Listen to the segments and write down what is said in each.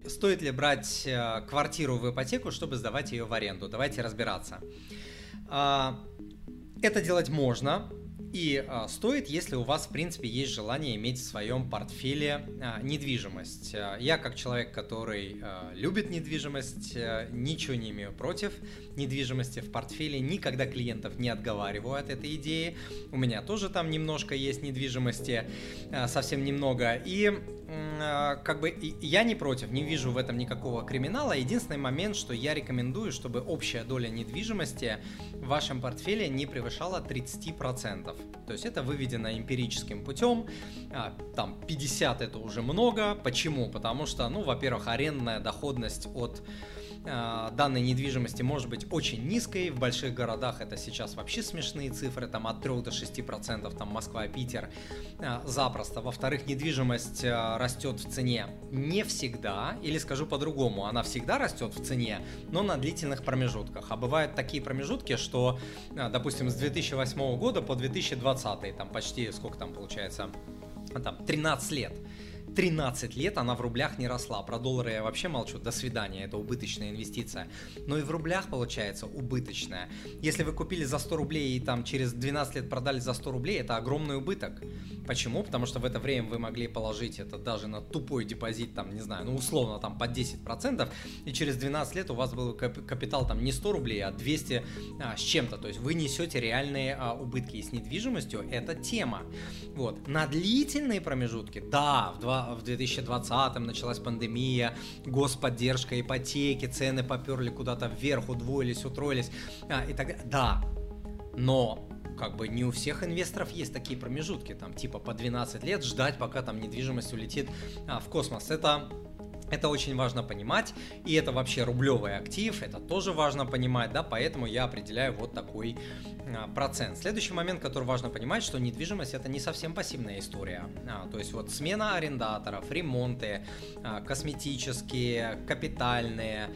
стоит ли брать квартиру в ипотеку, чтобы сдавать ее в аренду? Давайте разбираться. Это делать можно и стоит, если у вас, в принципе, есть желание иметь в своем портфеле недвижимость. Я, как человек, который любит недвижимость, ничего не имею против недвижимости в портфеле, никогда клиентов не отговариваю от этой идеи. У меня тоже там немножко есть недвижимости, совсем немного, и как бы я не против, не вижу в этом никакого криминала. Единственный момент, что я рекомендую, чтобы общая доля недвижимости в вашем портфеле не превышала 30%. То есть это выведено эмпирическим путем. Там 50 это уже много. Почему? Потому что, во-первых, арендная доходность от данной недвижимости может быть очень низкой. В больших городах это сейчас вообще смешные цифры, там от 3 до 6%, там Москва, Питер, запросто. Во-вторых, недвижимость растет в цене не всегда, или скажу по-другому, она всегда растет в цене, но на длительных промежутках. А бывают такие промежутки, что, допустим, с 2008 года по 2020, там почти, сколько там получается, там 13 лет. 13 лет она в рублях не росла. Про доллары я вообще молчу. До свидания, это убыточная инвестиция. Но и в рублях получается убыточная. Если вы купили за 100 рублей и там через 12 лет продали за 100 рублей, это огромный убыток. Почему? Потому что в это время вы могли положить это даже на тупой депозит, там, не знаю, условно там под 10%, и через 12 лет у вас был капитал там не 100 рублей, а 200 с чем-то. То есть вы несете реальные убытки. И с недвижимостью это тема. Вот. На длительные промежутки, да, в 2020-м началась пандемия, господдержка, ипотеки, цены поперли куда-то вверх, удвоились, утроились и так далее. Да, но как бы не у всех инвесторов есть такие промежутки, там типа по 12 лет ждать, пока там недвижимость улетит в космос. Это очень важно понимать, и это вообще рублевый актив, это тоже важно понимать, да, поэтому я определяю вот такой процент. Следующий момент, который важно понимать, что недвижимость это не совсем пассивная история, то есть вот смена арендаторов, ремонты, косметические, капитальные,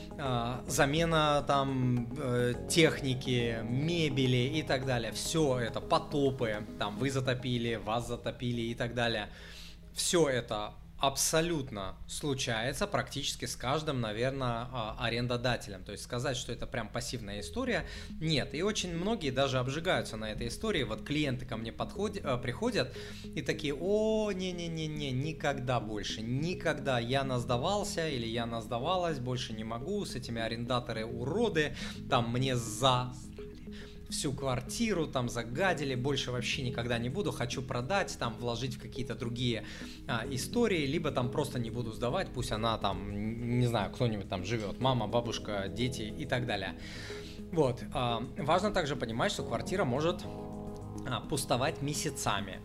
замена там техники, мебели и так далее, все это, потопы, там вы затопили, вас затопили и так далее, все это абсолютно случается практически с каждым, наверное, арендодателем. То есть сказать, что это прям пассивная история, нет. И очень многие даже обжигаются на этой истории. Вот клиенты ко мне приходят и такие: о, не-не-не-не, никогда больше, никогда я насдавался или я насдавалась, больше не могу, с этими арендаторы уроды, там мне всю квартиру, там загадили, больше вообще никогда не буду, хочу продать, там вложить в какие-то другие истории, либо там просто не буду сдавать, пусть она там, не знаю, кто-нибудь там живет, мама, бабушка, дети и так далее. Вот, важно также понимать, что квартира может пустовать месяцами,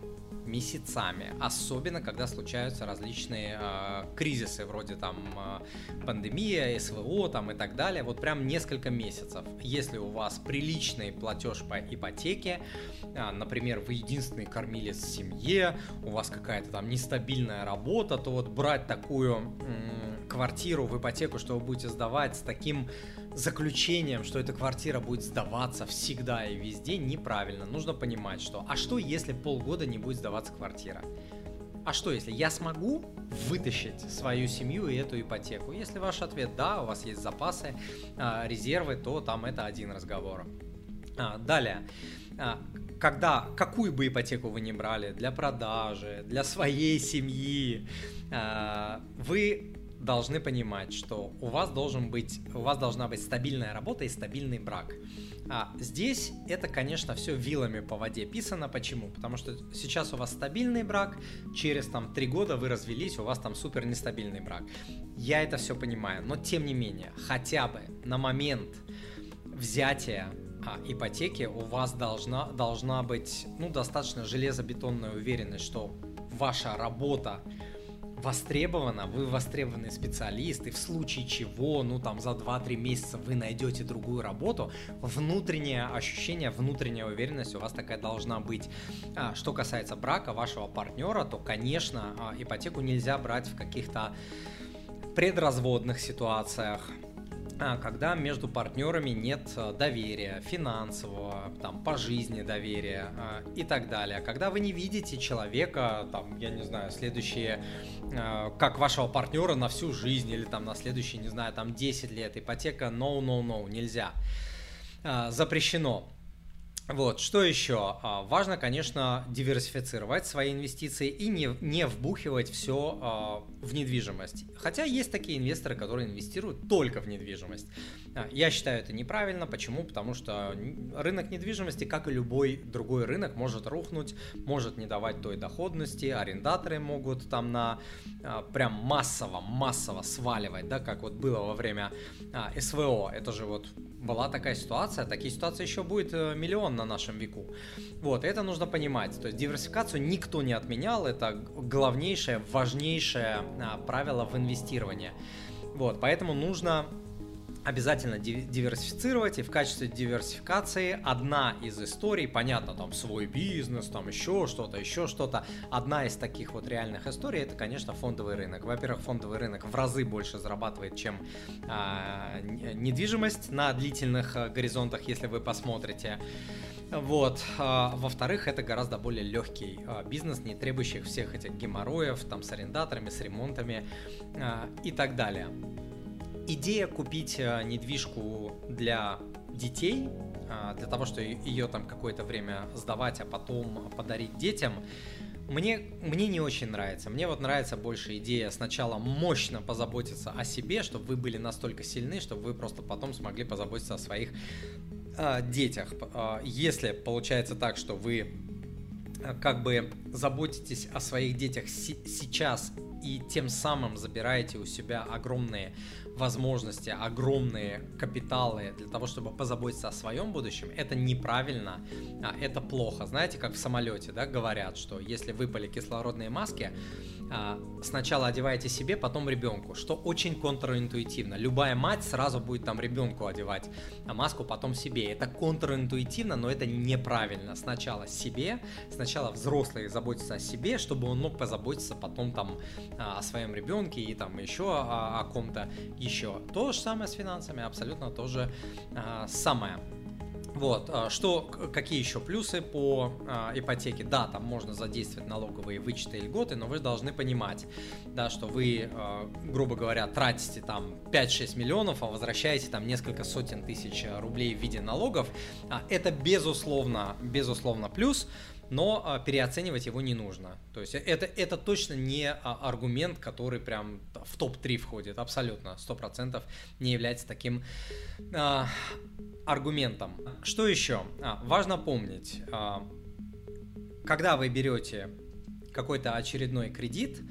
особенно когда случаются различные кризисы, вроде там пандемия, СВО там и так далее, вот прям несколько месяцев. Если у вас приличный платеж по ипотеке, например, вы единственный кормилец в семье, у вас какая-то там нестабильная работа, то вот брать такую квартиру в ипотеку, что вы будете сдавать с таким заключением, что эта квартира будет сдаваться всегда и везде, неправильно. Нужно понимать, что что если полгода не будет сдаваться квартира? А что если я смогу вытащить свою семью и эту ипотеку? Если ваш ответ да, у вас есть запасы, резервы, то там это один разговор. Далее. Какую бы ипотеку вы ни брали, для продажи, для своей семьи, вы должны понимать, что у вас должна быть стабильная работа и стабильный брак. Здесь это, конечно, все вилами по воде писано. Почему? Потому что сейчас у вас стабильный брак, через 3 года вы развелись, у вас там супер нестабильный брак. Я это все понимаю, но тем не менее, хотя бы на момент взятия ипотеки у вас должна быть достаточно железобетонная уверенность, что ваша работа востребована, вы востребованный специалист, и в случае чего, за 2-3 месяца вы найдете другую работу, внутреннее ощущение, внутренняя уверенность у вас такая должна быть. Что касается брака вашего партнера, то, конечно, ипотеку нельзя брать в каких-то предразводных ситуациях, когда между партнерами нет доверия, финансового, там, по жизни доверия и так далее. Когда вы не видите человека, там, я не знаю, следующие, как вашего партнера на всю жизнь или там на следующие, не знаю, там 10 лет, ипотека, no, нельзя, запрещено. Вот, что еще? Важно, конечно, диверсифицировать свои инвестиции и не вбухивать все в недвижимость. Хотя есть такие инвесторы, которые инвестируют только в недвижимость. Я считаю это неправильно. Почему? Потому что рынок недвижимости, как и любой другой рынок, может рухнуть, может не давать той доходности, арендаторы могут там прям массово сваливать, да, как вот было во время СВО. Это же вот была такая ситуация, такие ситуации еще будет миллион на нашем веку. Вот, это нужно понимать. То есть диверсификацию никто не отменял, это главнейшее, важнейшее правило в инвестировании. Вот, поэтому нужно обязательно диверсифицировать, и в качестве диверсификации одна из историй, понятно, там свой бизнес, там еще что-то, одна из таких вот реальных историй, это, конечно, фондовый рынок. Во-первых, фондовый рынок в разы больше зарабатывает, чем недвижимость на длительных горизонтах, если вы посмотрите. Вот. Во-вторых, это гораздо более легкий бизнес, не требующий всех этих геморроев, там, с арендаторами, с ремонтами и так далее. Идея купить недвижку для детей, для того, чтобы ее там какое-то время сдавать, а потом подарить детям, мне не очень нравится. Мне вот нравится больше идея сначала мощно позаботиться о себе, чтобы вы были настолько сильны, чтобы вы просто потом смогли позаботиться о своих детях. Если получается так, что вы как бы заботитесь о своих детях сейчас и тем самым забираете у себя огромные возможности, огромные капиталы для того, чтобы позаботиться о своем будущем, это неправильно, это плохо. Знаете, как в самолете, да, говорят, что если выпали кислородные маски, сначала одеваете себе, потом ребенку, что очень контринтуитивно. Любая мать сразу будет там ребенку одевать маску, потом себе. Это контринтуитивно, но это неправильно. Сначала себе, сначала взрослый заботится о себе, чтобы он мог позаботиться потом там о своем ребенке и там еще о ком-то еще. То же самое с финансами, абсолютно то же самое. Вот, какие еще плюсы по ипотеке? Да, там можно задействовать налоговые вычеты и льготы, но вы должны понимать, да, что вы, грубо говоря, тратите там 5-6 миллионов, а возвращаете там несколько сотен тысяч рублей в виде налогов. Это безусловно плюс, но переоценивать его не нужно. То есть это точно не аргумент, который прям в топ-3 входит, абсолютно, 100% не является таким аргументом. Что еще? Важно помнить, когда вы берете какой-то очередной кредит,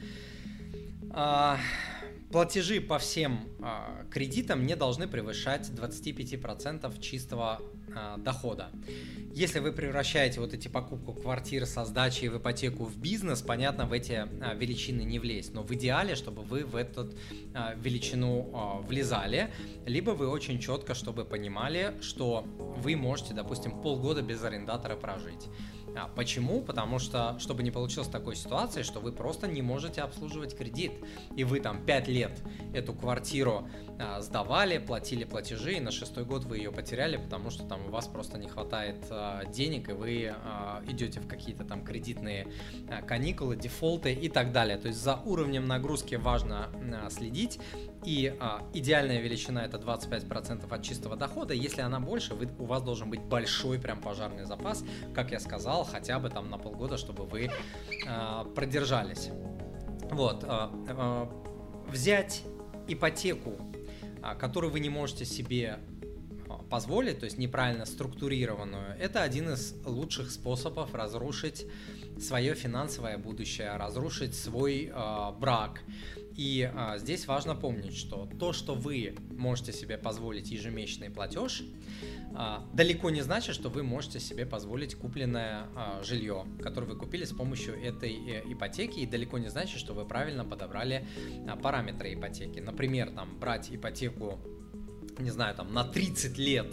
платежи по всем кредитам не должны превышать 25% чистого дохода. Если вы превращаете вот эти покупку квартир со сдачей в ипотеку в бизнес, понятно, в эти величины не влезть, но в идеале, чтобы вы в эту величину влезали, либо вы очень четко, чтобы понимали, что вы можете, допустим, полгода без арендатора прожить. Почему? Потому что, чтобы не получилось такой ситуации, что вы просто не можете обслуживать кредит, и вы там 5 лет эту квартиру сдавали, платили платежи, и на 6-й год вы ее потеряли, потому что там у вас просто не хватает денег, и вы идете в какие-то там кредитные каникулы, дефолты и так далее. То есть за уровнем нагрузки важно следить, и идеальная величина это 25% от чистого дохода. Если она больше, у вас должен быть большой прям пожарный запас, как я сказал, хотя бы там на полгода, чтобы вы продержались. Вот, взять ипотеку, которую вы не можете себе позволить, то есть неправильно структурированную, это один из лучших способов разрушить свое финансовое будущее, разрушить свой брак. И здесь важно помнить, что то, что вы можете себе позволить ежемесячный платеж, далеко не значит, что вы можете себе позволить купленное жилье, которое вы купили с помощью этой ипотеки, и далеко не значит, что вы правильно подобрали параметры ипотеки. Например, там брать ипотеку, не знаю, там на 30 лет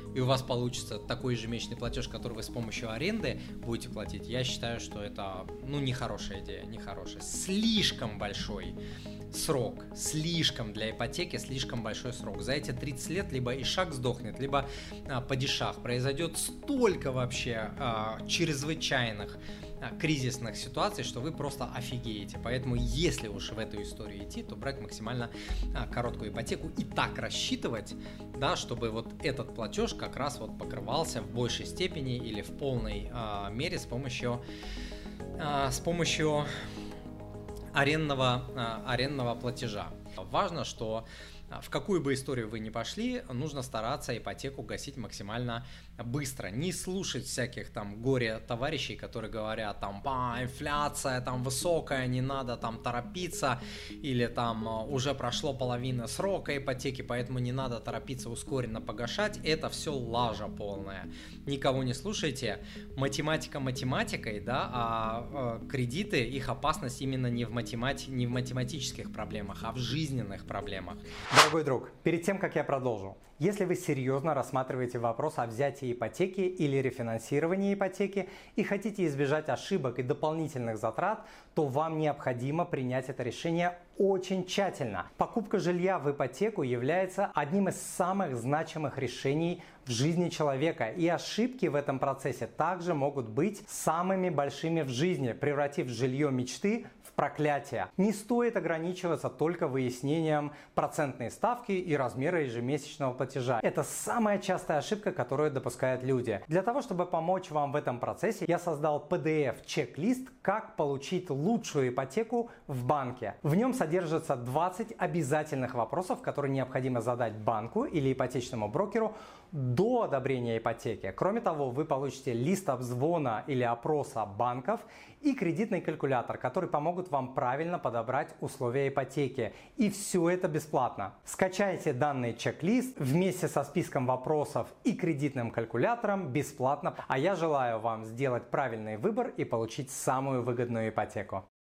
и у вас получится такой ежемесячный платеж, который вы с помощью аренды будете платить, я считаю, что это, нехорошая идея, нехорошая. Слишком большой срок, слишком для ипотеки, слишком большой срок. За эти 30 лет либо ишак сдохнет, либо падишах. Произойдет столько вообще чрезвычайных кризисных ситуаций, что вы просто офигеете. Поэтому, если уж в эту историю идти, то брать максимально короткую ипотеку и так рассчитывать, да, чтобы вот этот платеж как раз вот покрывался в большей степени или в полной мере с помощью арендного платежа. Важно, что в какую бы историю вы ни пошли, нужно стараться ипотеку гасить максимально быстро. Не слушать всяких там горе-товарищей, которые говорят там: инфляция там высокая, не надо там торопиться, или там уже прошло половина срока ипотеки, поэтому не надо торопиться ускоренно погашать. Это все лажа полная. Никого не слушайте. Математика математикой, да, а кредиты, их опасность именно не в математических проблемах, а в жизненных проблемах. Дорогой друг, перед тем, как я продолжу, если вы серьезно рассматриваете вопрос о взятии ипотеки или рефинансировании ипотеки и хотите избежать ошибок и дополнительных затрат, то вам необходимо принять это решение очень тщательно. Покупка жилья в ипотеку является одним из самых значимых решений в жизни человека, и ошибки в этом процессе также могут быть самыми большими в жизни, превратив жилье мечты в проклятие. Не стоит ограничиваться только выяснением процентной ставки и размера ежемесячного платежа. Это самая частая ошибка, которую допускают люди. Для того, чтобы помочь вам в этом процессе, я создал PDF-чек-лист, как получить лучшую ипотеку в банке. В нем содержится 20 обязательных вопросов, которые необходимо задать банку или ипотечному брокеру до одобрения ипотеки. Кроме того, вы получите лист обзвона или опроса банков и кредитный калькулятор, который помогут вам правильно подобрать условия ипотеки. И все это бесплатно. Скачайте данный чек-лист вместе со списком вопросов и кредитным калькулятором бесплатно. А я желаю вам сделать правильный выбор и получить самую выгодную ипотеку.